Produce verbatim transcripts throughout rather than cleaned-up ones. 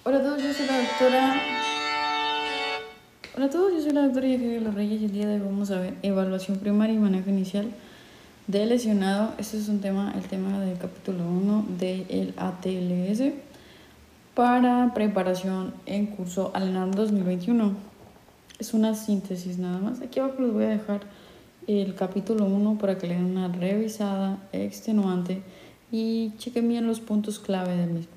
Hola a todos, yo soy la doctora. Hola a todos, yo soy la doctora Yajaira de los Reyes y el día de hoy vamos a ver evaluación primaria y manejo inicial de lesionado. Este es un tema, el tema del capítulo uno del A T L S para preparación en curso ALENARM dos mil veintiuno. Es una síntesis nada más. Aquí abajo les voy a dejar el capítulo uno para que le den una revisada extenuante y chequen bien los puntos clave del mismo.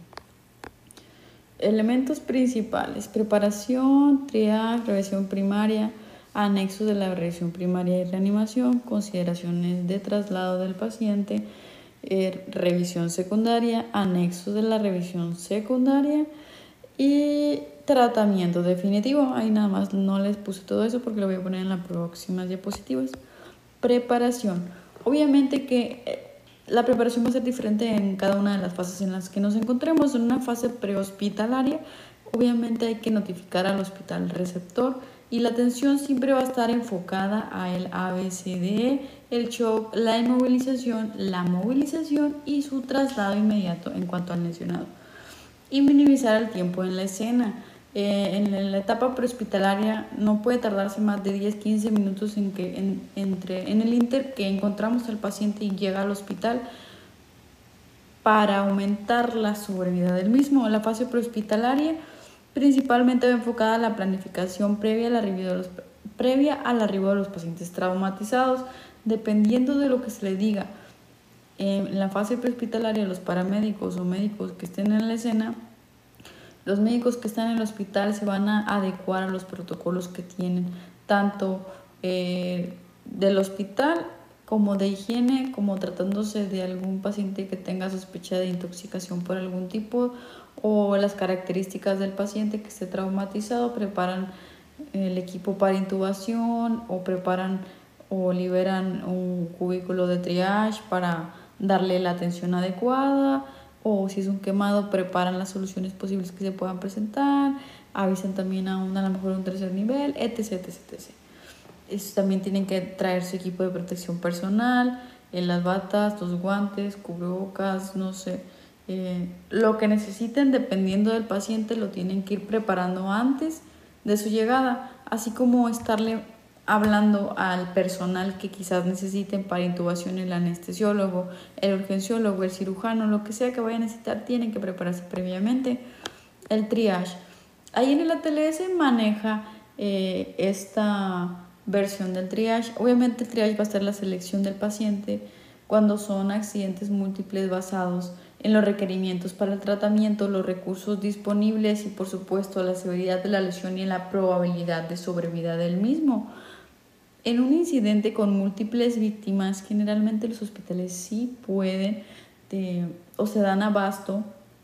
Elementos principales: preparación, triaje, revisión primaria, anexos de la revisión primaria y reanimación, consideraciones de traslado del paciente, eh, revisión secundaria, anexos de la revisión secundaria y tratamiento definitivo. Ahí nada más no les puse todo eso porque lo voy a poner en las próximas diapositivas. Preparación. Obviamente que eh, la preparación va a ser diferente en cada una de las fases en las que nos encontremos. En una fase prehospitalaria, obviamente hay que notificar al hospital receptor y la atención siempre va a estar enfocada a el A B C D E, el shock, la inmovilización, la movilización y su traslado inmediato en cuanto al lesionado. Y minimizar el tiempo en la escena. Eh, en la etapa prehospitalaria no puede tardarse más de diez a quince minutos en, que, en, entre, en el inter que encontramos al paciente y llega al hospital para aumentar la sobrevida del mismo. La fase prehospitalaria principalmente va enfocada a la planificación previa al arribo de los, previa al arribo de los pacientes traumatizados, dependiendo de lo que se le diga. En la fase prehospitalaria, los paramédicos o médicos que estén en la escena, los médicos que están en el hospital se van a adecuar a los protocolos que tienen, tanto eh, del hospital como de higiene, como tratándose de algún paciente que tenga sospecha de intoxicación por algún tipo o las características del paciente que esté traumatizado, preparan el equipo para intubación o preparan o liberan un cubículo de triage para darle la atención adecuada, o si es un quemado preparan las soluciones posibles que se puedan presentar, avisan también a, un, a lo mejor un tercer nivel, etc, etc, etcétera. Eso también tienen que traer su equipo de protección personal, en las batas, los guantes, cubrebocas, no sé, eh, lo que necesiten dependiendo del paciente lo tienen que ir preparando antes de su llegada, así como estarle hablando al personal que quizás necesiten para intubación, el anestesiólogo, el urgenciólogo, el cirujano, lo que sea que vaya a necesitar, tienen que prepararse previamente. El triage. Ahí en el A T L S maneja eh, esta versión del triage. Obviamente el triage va a ser la selección del paciente cuando son accidentes múltiples basados en los requerimientos para el tratamiento, los recursos disponibles y por supuesto la severidad de la lesión y la probabilidad de sobrevida del mismo. En un incidente con múltiples víctimas, generalmente los hospitales sí pueden de, o se dan abasto,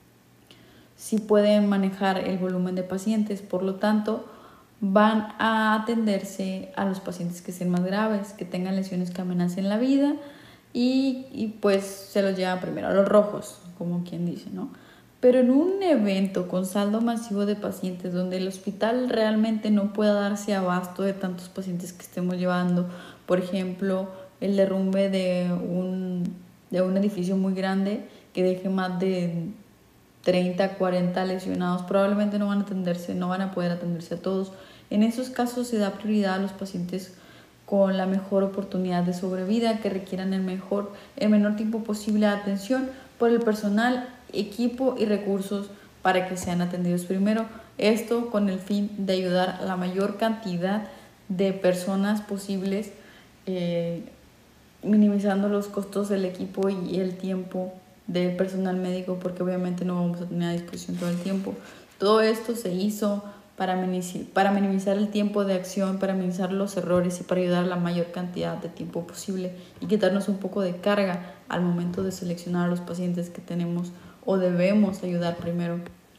sí pueden manejar el volumen de pacientes, por lo tanto van a atenderse a los pacientes que sean más graves, que tengan lesiones que amenacen la vida y, y pues se los llevan primero a los rojos, como quien dice, ¿no? Pero en un evento con saldo masivo de pacientes donde el hospital realmente no pueda darse abasto de tantos pacientes que estemos llevando, por ejemplo, el derrumbe de un, de un edificio muy grande que deje más de treinta, cuarenta lesionados, probablemente no van a atenderse, no van a poder atenderse a todos. En esos casos se da prioridad a los pacientes con la mejor oportunidad de sobrevida, que requieran el mejor, el menor tiempo posible de atención por el personal, equipo y recursos para que sean atendidos primero. Esto con el fin de ayudar a la mayor cantidad de personas posibles, eh, minimizando los costos del equipo y el tiempo del personal médico, porque obviamente no vamos a tener a disposición todo el tiempo. Todo esto se hizo para minimizar, para minimizar el tiempo de acción, para minimizar los errores y para ayudar a la mayor cantidad de tiempo posible y quitarnos un poco de carga al momento de seleccionar a los pacientes que tenemos o debemos ayudar primero.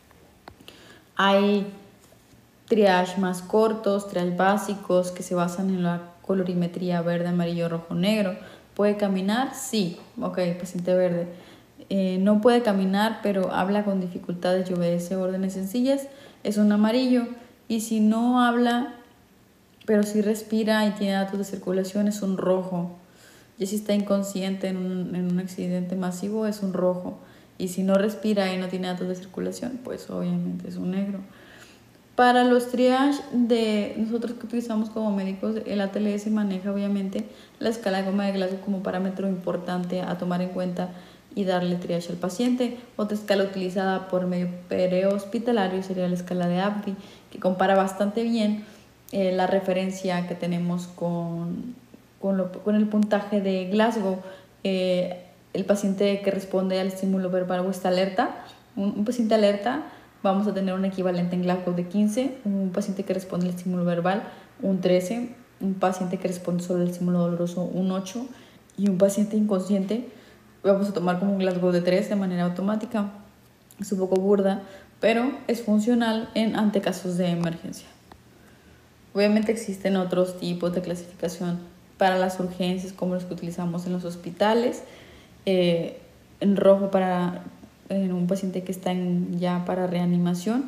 Hay triage más cortos, triage básicos que se basan en la colorimetría verde, amarillo, rojo, negro. ¿Puede caminar? Sí. Ok, paciente verde. Eh, no puede caminar, pero habla con dificultades y obedece órdenes sencillas, es un amarillo. Y si no habla, pero si respira y tiene datos de circulación, es un rojo. Y si está inconsciente en un, en un accidente masivo, es un rojo. Y si no respira y no tiene datos de circulación, pues obviamente es un negro. Para los triage de nosotros que utilizamos como médicos, el A T L S maneja obviamente la escala de Goma de Glasgow como parámetro importante a tomar en cuenta y darle triage al paciente. Otra escala utilizada por medio prehospitalario sería la escala de Abdi, que compara bastante bien eh, la referencia que tenemos con, con, lo, con el puntaje de Glasgow. Eh, el paciente que responde al estímulo verbal o está alerta, un, un paciente alerta, vamos a tener un equivalente en Glasgow de quince, un paciente que responde al estímulo verbal un trece, un paciente que responde solo al estímulo doloroso un ocho y un paciente inconsciente vamos a tomar como un Glasgow de tres de manera automática. Es un poco burda, pero es funcional en ante casos de emergencia. Obviamente existen otros tipos de clasificación para las urgencias como los que utilizamos en los hospitales. Eh, en rojo para en un paciente que está en, ya para reanimación,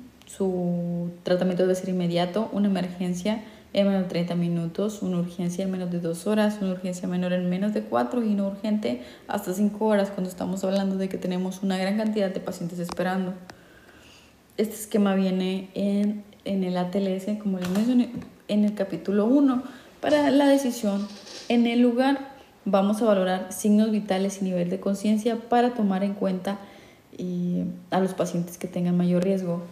su tratamiento debe ser inmediato, una emergencia en menos de treinta minutos, una urgencia en menos de dos horas, una urgencia menor en menos de cuatro y una urgente hasta cinco horas cuando estamos hablando de que tenemos una gran cantidad de pacientes esperando. Este esquema viene en, en el A T L S, como les mencioné, en el capítulo uno. Para la decisión en el lugar, vamos a valorar signos vitales y nivel de conciencia para tomar en cuenta eh, a los pacientes que tengan mayor riesgo.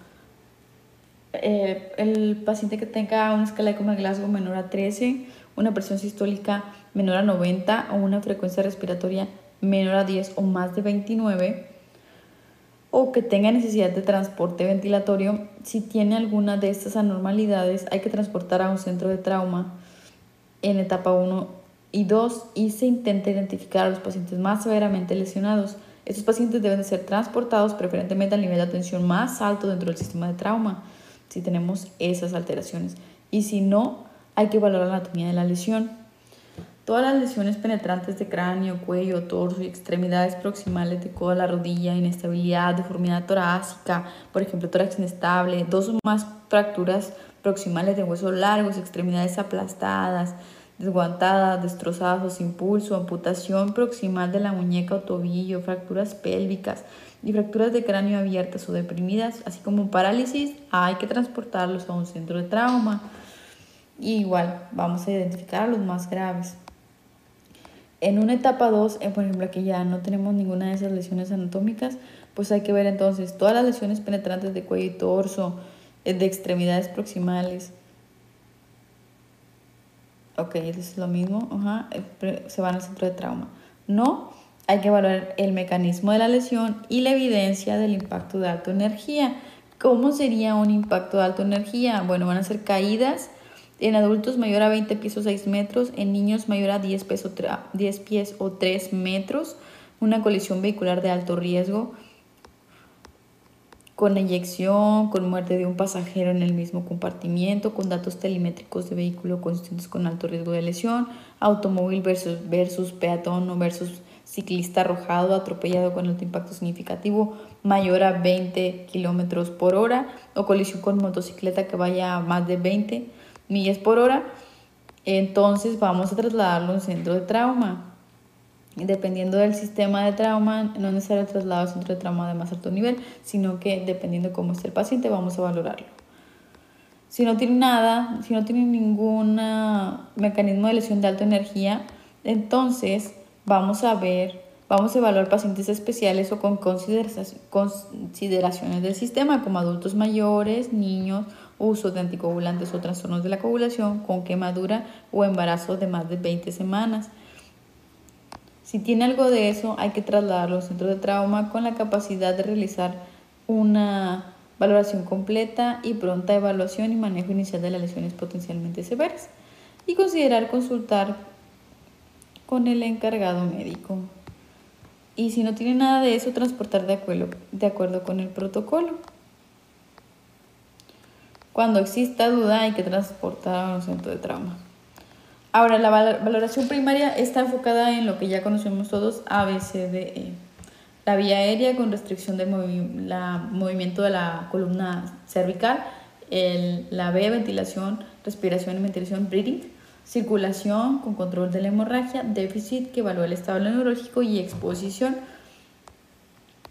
Eh, el paciente que tenga una escala de Goma de Glasgow menor a trece, una presión sistólica menor a noventa o una frecuencia respiratoria menor a diez o más de veintinueve, o que tenga necesidad de transporte ventilatorio. Si tiene alguna de estas anormalidades, hay que transportar a un centro de trauma en etapa uno y dos y se intenta identificar a los pacientes más severamente lesionados. Estos pacientes deben de ser transportados preferentemente al nivel de atención más alto dentro del sistema de trauma si tenemos esas alteraciones, y si no, hay que evaluar la anatomía de la lesión. Todas las lesiones penetrantes de cráneo, cuello, torso y extremidades proximales de codo a la rodilla, inestabilidad, deformidad torácica, por ejemplo tórax inestable, dos o más fracturas proximales de huesos largos, extremidades aplastadas, desguantadas, destrozadas o sin pulso, amputación proximal de la muñeca o tobillo, fracturas pélvicas y fracturas de cráneo abiertas o deprimidas, así como parálisis, hay que transportarlos a un centro de trauma. Y igual vamos a identificar a los más graves. En una etapa dos, eh, por ejemplo, aquí ya no tenemos ninguna de esas lesiones anatómicas, pues hay que ver entonces todas las lesiones penetrantes de cuello y torso, eh, de extremidades proximales. Ok, es lo mismo, ajá, eh, se van al centro de trauma. No, hay que evaluar el mecanismo de la lesión y la evidencia del impacto de alta energía. ¿Cómo sería un impacto de alta energía? Bueno, van a ser caídas en adultos mayor a veinte pies o seis metros, en niños mayor a diez pies o, diez pies o tres metros, una colisión vehicular de alto riesgo, con eyección, con muerte de un pasajero en el mismo compartimiento, con datos telemétricos de vehículo consistentes con alto riesgo de lesión, automóvil versus, versus peatón o versus ciclista arrojado, atropellado con alto impacto significativo mayor a veinte kilómetros por hora, o colisión con motocicleta que vaya a más de veinte millas por hora. Entonces vamos a trasladarlo a un centro de trauma. Dependiendo del sistema de trauma, no es necesario el traslado al centro de trauma de más alto nivel, sino que dependiendo de cómo esté el paciente, vamos a valorarlo. Si no tiene nada, si no tiene ningún mecanismo de lesión de alta energía, entonces vamos a ver, vamos a evaluar pacientes especiales o con consideraciones del sistema, como adultos mayores, niños, uso de anticoagulantes o trastornos de la coagulación, con quemadura o embarazo de más de veinte semanas. Si tiene algo de eso, hay que trasladarlo al centro de trauma con la capacidad de realizar una valoración completa y pronta evaluación y manejo inicial de las lesiones potencialmente severas, y considerar consultar con el encargado médico. Y si no tiene nada de eso, transportar de acuerdo, de acuerdo con el protocolo. Cuando exista duda, hay que transportar a un centro de trauma. Ahora, la valoración primaria está enfocada en lo que ya conocemos todos, A, B, C, D, E. La vía aérea con restricción del movi la, movimiento de la columna cervical. El, la B, ventilación, respiración y ventilación, breathing. Circulación con control de la hemorragia. Déficit, que evalúa el estado neurológico, y exposición.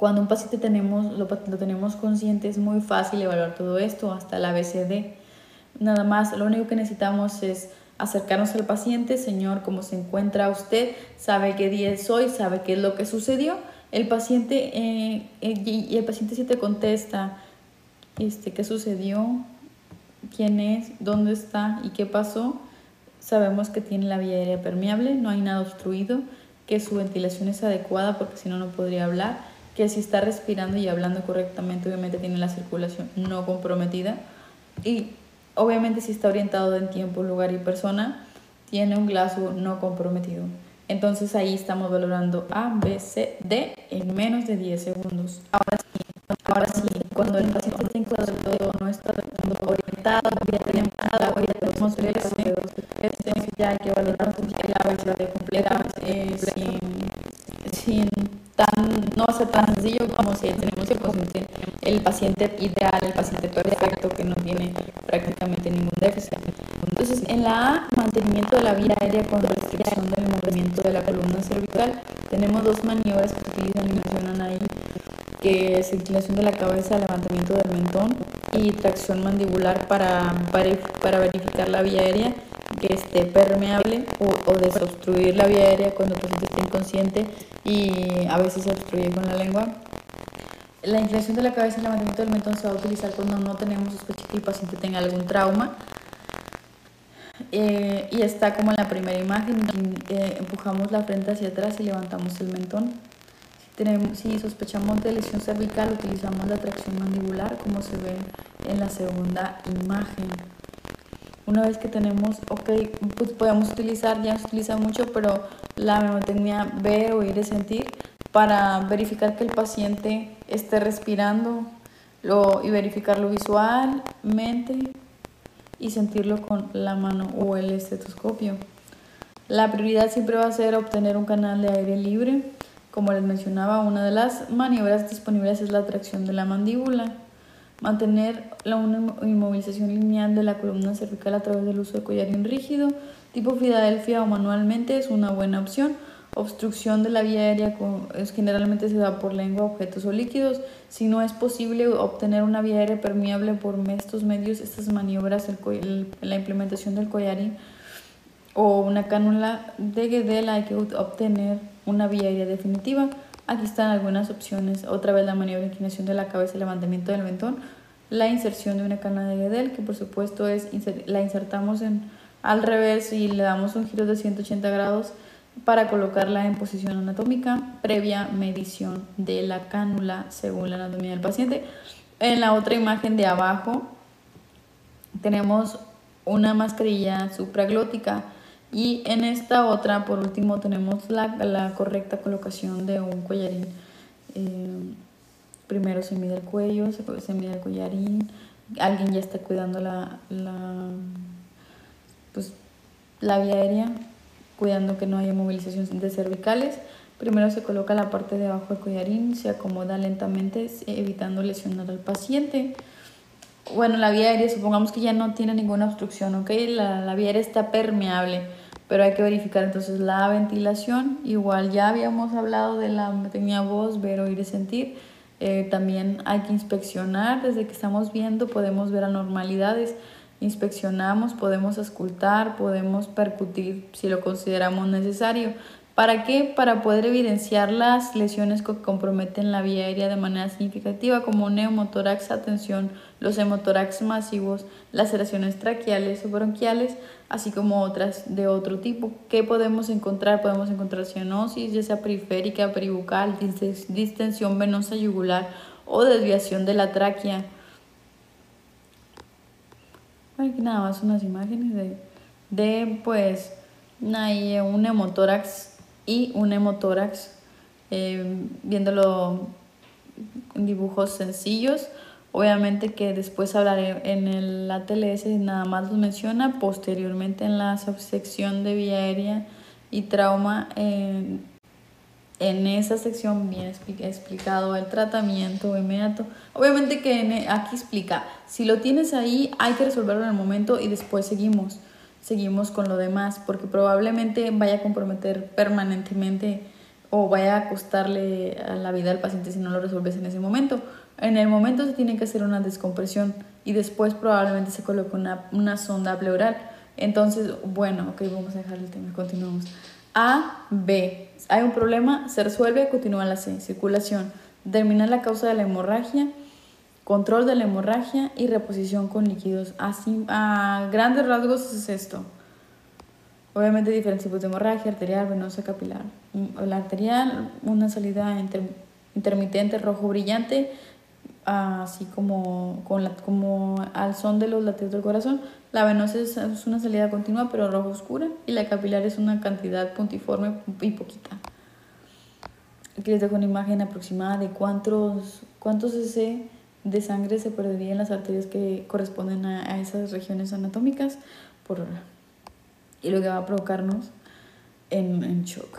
Cuando un paciente tenemos, lo, lo tenemos consciente, es muy fácil evaluar todo esto, hasta el A B C D. Nada más, lo único que necesitamos es acercarnos al paciente. Señor, ¿cómo se encuentra usted? ¿Sabe qué día es hoy? ¿Sabe qué es lo que sucedió? El paciente, eh, y el paciente sí te contesta, este, ¿qué sucedió? ¿Quién es? ¿Dónde está? ¿Y qué pasó? Sabemos que tiene la vía aérea permeable, no hay nada obstruido, que su ventilación es adecuada porque si no, no podría hablar, que si está respirando y hablando correctamente, obviamente tiene la circulación no comprometida y obviamente si está orientado en tiempo, lugar y persona, tiene un Glasgow no comprometido. Entonces ahí estamos valorando A, B, C, D en menos de diez segundos. Ahora sí, ahora sí cuando el paciente está inconsciente o no está orientado, orientado, o ya tenemos tres dedos, entonces ya hay que valorar la velocidad completa eh, sin, sin tan, no ser tan sencillo como si tenemos el paciente, el paciente ideal, el paciente perfecto que no tiene prácticamente ningún déficit. Entonces, en la A, mantenimiento de la vía aérea con restricción del movimiento de la columna cervical, tenemos dos maniobras que se utilizan y mencionan ahí, que es inclinación de la cabeza, levantamiento del mentón y tracción mandibular para, para, para verificar la vía aérea que esté permeable o, o desobstruir la vía aérea cuando el paciente esté inconsciente y a veces se obstruye con la lengua. La inclinación de la cabeza y el levantamiento del mentón se va a utilizar cuando no tenemos sospecha que el paciente tenga algún trauma. Eh, y está como en la primera imagen, eh, empujamos la frente hacia atrás y levantamos el mentón. Si, tenemos, si sospechamos de lesión cervical, utilizamos la tracción mandibular como se ve en la segunda imagen. Una vez que tenemos, ok, pues podemos utilizar, ya se utiliza mucho, pero la mnemotecnia ver, oír y sentir para verificar que el paciente esté respirando lo, y verificarlo visualmente y sentirlo con la mano o el estetoscopio. La prioridad siempre va a ser obtener un canal de aire libre. Como les mencionaba, una de las maniobras disponibles es la tracción de la mandíbula. Mantener la inmovilización lineal de la columna cervical a través del uso de collarín rígido, tipo Filadelfia o manualmente es una buena opción. Obstrucción de la vía aérea es, generalmente se da por lengua, objetos o líquidos. Si no es posible obtener una vía aérea permeable por estos medios, estas maniobras, el, el, la implementación del collarín o una cánula de Guedel, hay que obtener una vía aérea definitiva. Aquí están algunas opciones. Otra vez la maniobra de inclinación de la cabeza y levantamiento del mentón. La inserción de una cánula de Guedel, que por supuesto es la insertamos en, al revés y le damos un giro de ciento ochenta grados para colocarla en posición anatómica previa medición de la cánula según la anatomía del paciente. En la otra imagen de abajo tenemos una mascarilla supraglótica y en esta otra, por último, tenemos la, la correcta colocación de un collarín. Eh, primero se mide el cuello, se, se mide el collarín, alguien ya está cuidando la, la, pues, la vía aérea, cuidando que no haya movilización de cervicales. Primero se coloca la parte de abajo del collarín, se acomoda lentamente, evitando lesionar al paciente. Bueno, la vía aérea, supongamos que ya no tiene ninguna obstrucción, ¿ok? La, la vía aérea está permeable, pero hay que verificar entonces la ventilación. Igual ya habíamos hablado de la mnemotecnia voz, ver, oír y sentir. Eh, también hay que inspeccionar, desde que estamos viendo podemos ver anormalidades. Inspeccionamos, podemos auscultar, podemos percutir si lo consideramos necesario. ¿Para qué? Para poder evidenciar las lesiones que comprometen la vía aérea de manera significativa, como neumotórax, atención, los hemotórax masivos, laceraciones traqueales o bronquiales, así como otras de otro tipo. ¿Qué podemos encontrar? Podemos encontrar cianosis, ya sea periférica, peribucal, distensión venosa yugular o desviación de la tráquea. Aquí nada más unas imágenes de, de pues, ahí un hemotórax y un hemotórax, eh, viéndolo en dibujos sencillos. Obviamente que después hablaré en el A T L S, nada más los menciona. Posteriormente en la subsección de vía aérea y trauma, eh, en esa sección viene explicado el tratamiento inmediato. Obviamente que aquí explica, si lo tienes ahí hay que resolverlo en el momento y después seguimos, seguimos con lo demás, porque probablemente vaya a comprometer permanentemente o vaya a costarle a la vida al paciente si no lo resuelves en ese momento. En el momento se tiene que hacer una descompresión y después probablemente se coloque una, una sonda pleural. Entonces, bueno, ok, vamos a dejar el tema, continuamos. A, B. Hay un problema, se resuelve, continúa la C. Circulación. Determinar la causa de la hemorragia, control de la hemorragia y reposición con líquidos. Así, a grandes rasgos es esto. Obviamente diferentes tipos de hemorragia, arterial, venosa, capilar. La arterial, una salida inter, intermitente, rojo brillante, así como, con la, como al son de los latidos del corazón. La venosa es, es una salida continua pero rojo oscura, y la capilar es una cantidad puntiforme y poquita. Aquí les dejo una imagen aproximada de cuántos, cuántos cc de sangre se perdería en las arterias que corresponden a, a esas regiones anatómicas por hora, y lo que va a provocarnos en, en shock.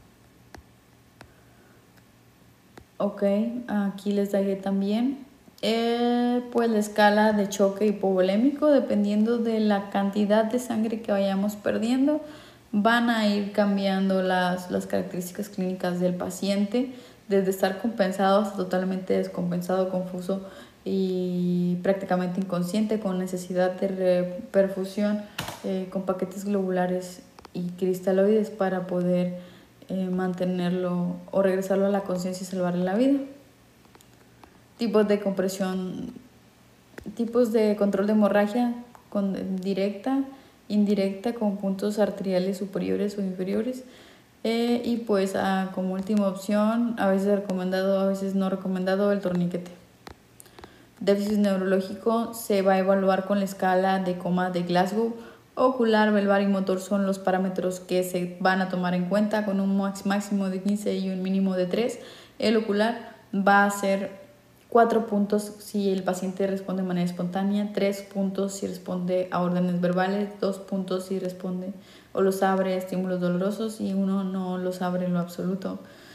Ok, aquí les dejé también eh, pues la escala de choque hipovolémico. Dependiendo de la cantidad de sangre que vayamos perdiendo, van a ir cambiando las, las características clínicas del paciente, desde estar compensado hasta totalmente descompensado, confuso y prácticamente inconsciente, con necesidad de perfusión eh, con paquetes globulares y cristaloides para poder eh, mantenerlo o regresarlo a la conciencia y salvarle la vida. Tipos de compresión, tipos de control de hemorragia con directa, indirecta, con puntos arteriales superiores o inferiores. Eh, y pues ah, como última opción, a veces recomendado, a veces no recomendado, el torniquete. Déficit neurológico se va a evaluar con la escala de coma de Glasgow. Ocular, velvar y motor son los parámetros que se van a tomar en cuenta, con un máximo de quince y un mínimo de tres. El ocular va a ser cuatro puntos si el paciente responde de manera espontánea, tres puntos si responde a órdenes verbales, dos puntos si responde o los abre a estímulos dolorosos, y uno no los abre en lo absoluto.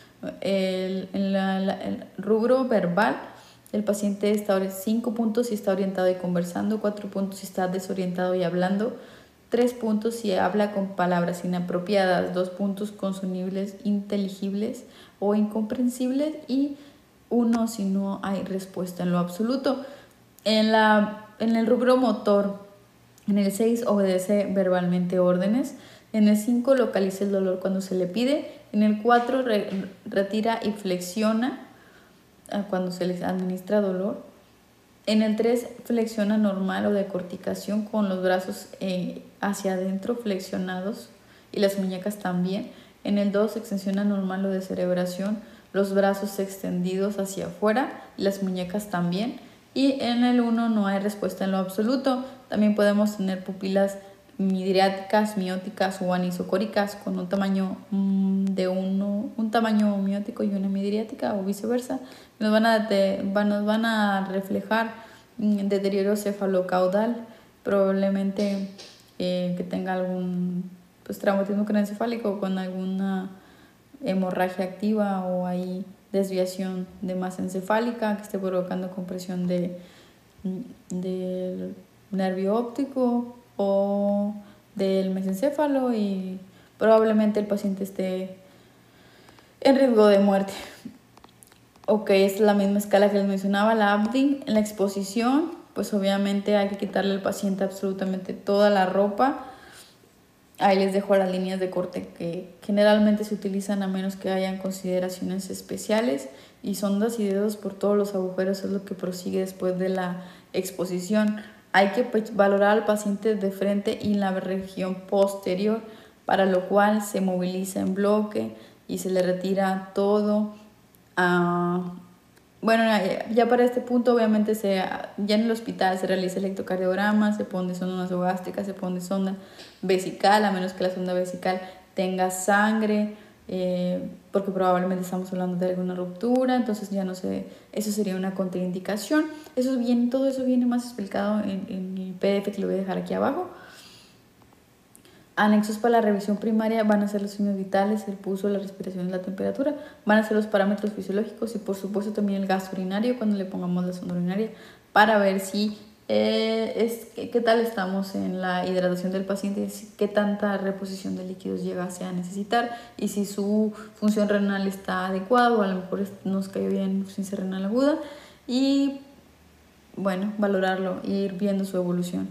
El, en la, la, el rubro verbal, el paciente está cinco puntos si está orientado y conversando, cuatro puntos si está desorientado y hablando, tres puntos si habla con palabras inapropiadas, dos puntos con sonibles inteligibles o incomprensibles, y uno si no hay respuesta en lo absoluto. En, la, en el rubro motor, en el seis obedece verbalmente órdenes, en el cinco localiza el dolor cuando se le pide, en el cuatro re, retira y flexiona cuando se les administra dolor, en el tres flexiona normal o decorticación con los brazos eh, hacia adentro flexionados y las muñecas también, en el dos extensión anormal o descerebración, los brazos extendidos hacia afuera y las muñecas también, y en el uno no hay respuesta en lo absoluto. También podemos tener pupilas midriáticas, mióticas o anisocóricas con un tamaño mmm, de uno, un tamaño miótico y una midriática o viceversa. Nos van a, de, van, nos van a reflejar mmm, deterioro cefalocaudal, probablemente eh, que tenga algún pues, traumatismo craneoencefálico con alguna hemorragia activa o hay desviación de masa encefálica que esté provocando compresión de, del nervio óptico o del mesencéfalo, y probablemente el paciente esté en riesgo de muerte. Ok, es la misma escala que les mencionaba, la A B D I. En la exposición, pues obviamente hay que quitarle al paciente absolutamente toda la ropa. Ahí les dejo las líneas de corte que generalmente se utilizan a menos que hayan consideraciones especiales, y sondas y dedos por todos los agujeros es lo que prosigue después de la exposición. Hay que valorar al paciente de frente y en la región posterior, para lo cual se moviliza en bloque y se le retira todo. Uh, bueno, ya para este punto obviamente se, ya en el hospital se realiza electrocardiograma, se pone sonda nasogástrica, se pone sonda vesical, a menos que la sonda vesical tenga sangre, eh, porque probablemente estamos hablando de alguna ruptura, entonces ya no sé, eso sería una contraindicación. Eso viene, todo eso viene más explicado en, en el P D F que lo voy a dejar aquí abajo. Anexos para la revisión primaria van a ser los signos vitales, el pulso, la respiración y la temperatura. Van a ser los parámetros fisiológicos y por supuesto también el gasto urinario cuando le pongamos la sonda urinaria, para ver si eh, es qué, qué tal estamos en la hidratación del paciente, qué tanta reposición de líquidos llegase a necesitar y si su función renal está adecuada o a lo mejor nos cayó bien insuficiencia renal aguda y bueno, valorarlo e ir viendo su evolución.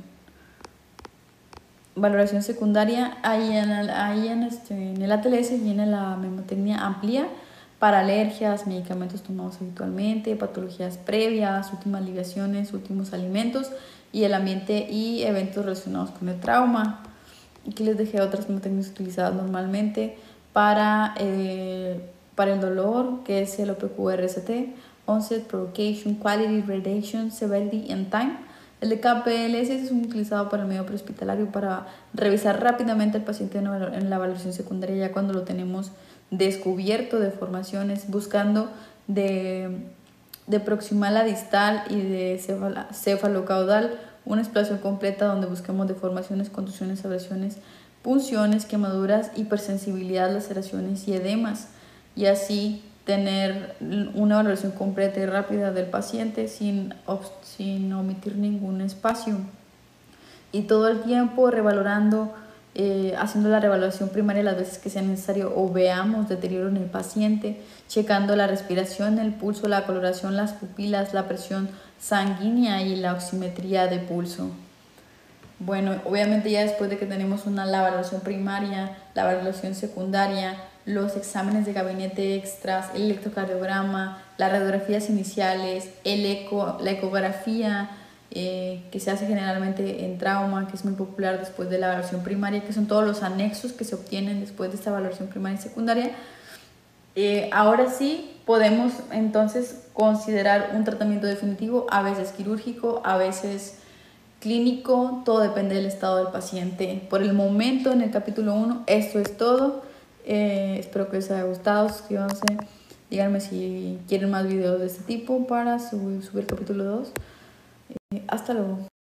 Valoración secundaria, ahí en el, ahí en este, en el A T L S viene la memotecnia amplia para alergias, medicamentos tomados habitualmente, patologías previas, últimas ligaciones, últimos alimentos y el ambiente y eventos relacionados con el trauma. Aquí les dejé otras memotecnias utilizadas normalmente para, eh, para el dolor, que es el O P Q R S T, Onset, Provocation, Quality, Gradation, Severity and Time. El de K P L S es utilizado para el medio prehospitalario para revisar rápidamente al paciente en la valoración secundaria ya cuando lo tenemos descubierto de formaciones, buscando de, de proximal a distal y de cefalocaudal una exploración completa donde busquemos deformaciones, contusiones, abrasiones, punciones, quemaduras, hipersensibilidad, laceraciones y edemas, y así tener una valoración completa y rápida del paciente sin, sin omitir ningún espacio. Y todo el tiempo revalorando, eh, haciendo la revaluación primaria las veces que sea necesario o veamos deterioro en el paciente, checando la respiración, el pulso, la coloración, las pupilas, la presión sanguínea y la oximetría de pulso. Bueno, obviamente ya después de que tenemos una, la evaluación primaria, la evaluación secundaria, los exámenes de gabinete extras, el electrocardiograma, las radiografías iniciales, el eco, la ecografía eh, que se hace generalmente en trauma, que es muy popular después de la evaluación primaria, que son todos los anexos que se obtienen después de esta evaluación primaria y secundaria. Eh, ahora sí podemos entonces considerar un tratamiento definitivo, a veces quirúrgico, a veces clínico, todo depende del estado del paciente. Por el momento, en el capítulo uno, esto es todo. Eh, espero que les haya gustado, suscríbanse, díganme si quieren más videos de este tipo para subir, subir el capítulo dos. Eh, hasta luego.